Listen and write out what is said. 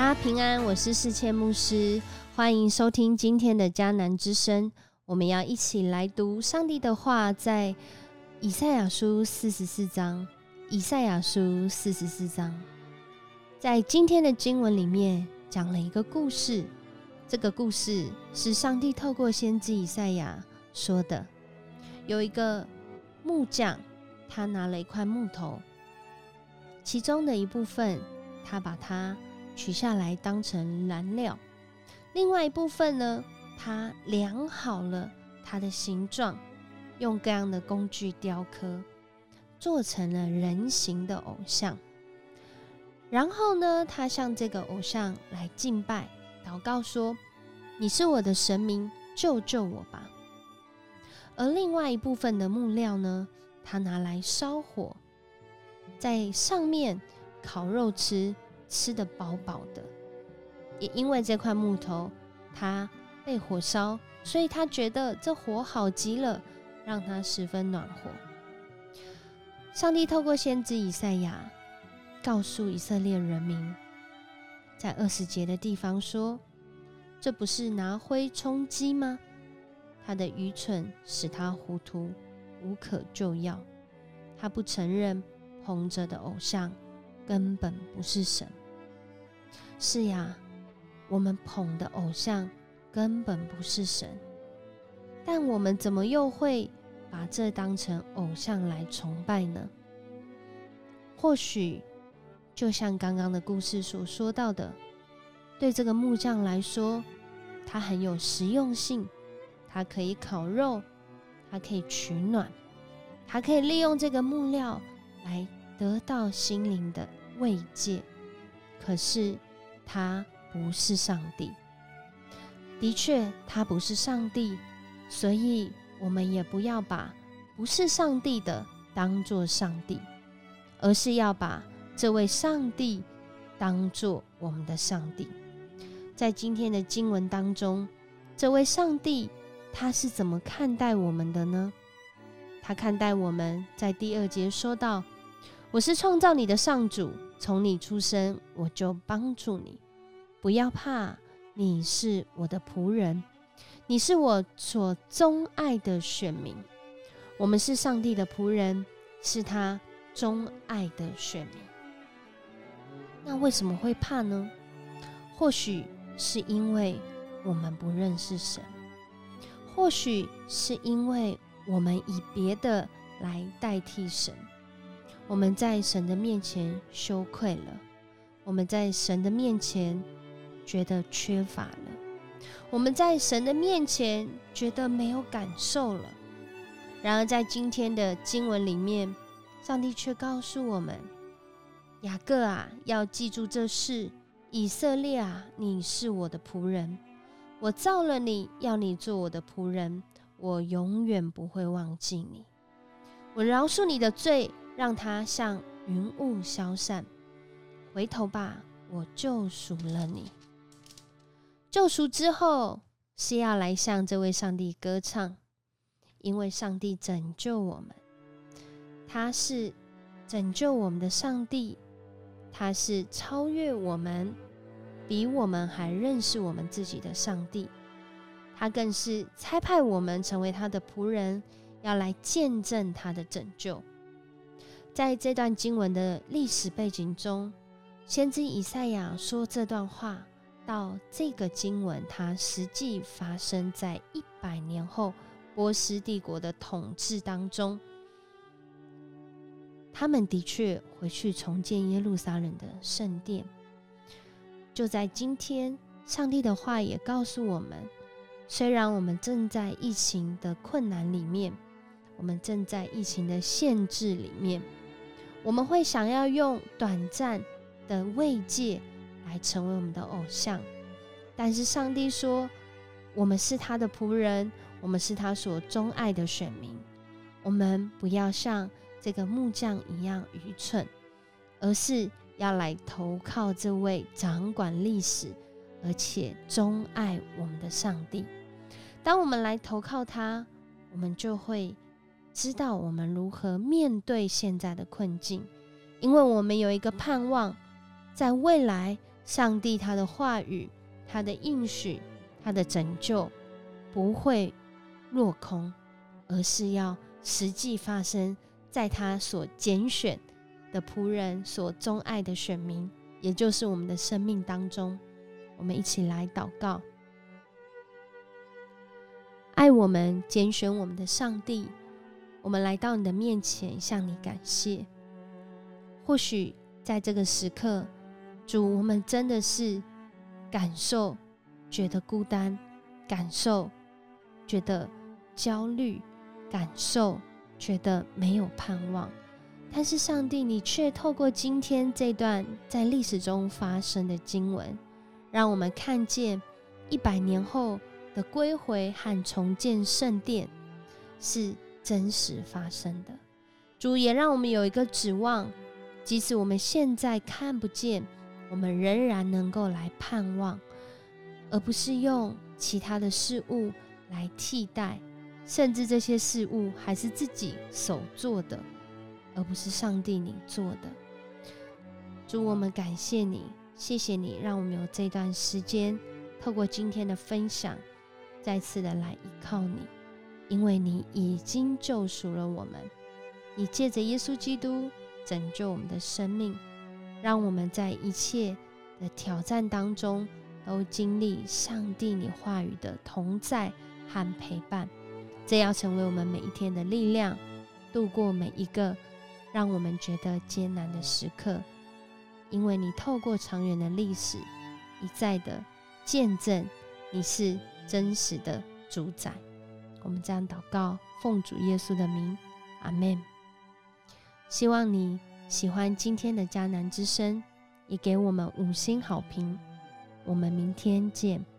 大家平安，我是世谦牧师，欢迎收听今天的迦南之声。我们要一起来读上帝的话，在以赛亚书44章。以赛亚书44章，在今天的经文里面讲了一个故事。这个故事是上帝透过先知以赛亚说的。有一个木匠，他拿了一块木头，其中的一部分他把它取下来当成燃料，另外一部分呢，他量好了它的形状，用各样的工具雕刻，做成了人形的偶像。然后呢，他向这个偶像来敬拜祷告说，你是我的神明，救救我吧。而另外一部分的木料呢，他拿来烧火，在上面烤肉吃，吃得饱饱的。也因为这块木头它被火烧，所以他觉得这火好极了，让他十分暖和。上帝透过先知以赛亚告诉以色列人民，在20节的地方说，这不是拿灰充饥吗？他的愚蠢使他糊涂，无可救药。他不承认捧着的偶像根本不是神。是呀，我们捧的偶像根本不是神，但我们怎么又会把这当成偶像来崇拜呢？或许就像刚刚的故事所说到的，对这个木匠来说，它很有实用性，它可以烤肉，它可以取暖，它可以利用这个木料来得到心灵的慰藉。可是它不是上帝。的确，它不是上帝，所以我们也不要把不是上帝的当作上帝，而是要把这位上帝当作我们的上帝。在今天的经文当中，这位上帝他是怎么看待我们的呢？他看待我们，在第2节说到，我是创造你的上主，从你出生我就帮助你，不要怕，你是我的仆人，你是我所钟爱的选民。我们是上帝的仆人，是他钟爱的选民。那为什么会怕呢？或许是因为我们不认识神，或许是因为我们以别的来代替神。我们在神的面前羞愧了，我们在神的面前觉得缺乏了，我们在神的面前觉得没有感受了。然而在今天的经文里面，上帝却告诉我们，雅各啊，要记住这事，以色列啊，你是我的仆人，我造了你，要你做我的仆人，我永远不会忘记你。我饶恕你的罪，让它像云雾消散。回头吧，我救赎了你。救赎之后，是要来向这位上帝歌唱，因为上帝拯救我们，他是拯救我们的上帝，他是超越我们，比我们还认识我们自己的上帝。他更是差派我们成为他的仆人，要来见证他的拯救。在这段经文的历史背景中，先知以赛亚说这段话，到这个经文它实际发生在100年后波斯帝国的统治当中。他们的确回去重建耶路撒冷的圣殿。就在今天，上帝的话也告诉我们，虽然我们正在疫情的困难里面，我们正在疫情的限制里面，我们会想要用短暂的慰藉来成为我们的偶像，但是上帝说，我们是他的仆人，我们是他所钟爱的选民。我们不要像这个木匠一样愚蠢，而是要来投靠这位掌管历史而且钟爱我们的上帝。当我们来投靠他，我们就会知道我们如何面对现在的困境，因为我们有一个盼望，在未来上帝他的话语、他的应许、他的拯救不会落空，而是要实际发生在他所拣选的仆人、所钟爱的选民，也就是我们的生命当中。我们一起来祷告。爱我们、拣选我们的上帝，我们来到你的面前，向你感谢。或许在这个时刻，主，我们真的是感受觉得孤单，感受觉得焦虑，感受觉得没有盼望。但是上帝，你却透过今天这段在历史中发生的经文，让我们看见100年后的归回和重建圣殿是真实发生的。主也让我们有一个指望，即使我们现在看不见，我们仍然能够来盼望，而不是用其他的事物来替代，甚至这些事物还是自己手做的，而不是上帝你做的。主，我们感谢你，谢谢你让我们有这段时间透过今天的分享再次的来依靠你，因为你已经救赎了我们，你借着耶稣基督拯救我们的生命，让我们在一切的挑战当中都经历上帝你话语的同在和陪伴，这要成为我们每一天的力量，度过每一个让我们觉得艰难的时刻。因为你透过长远的历史一再的见证你是真实的主宰。我们这样祷告，奉主耶稣的名，阿们。希望你喜欢今天的迦南之声，也给我们5星好评。我们明天见。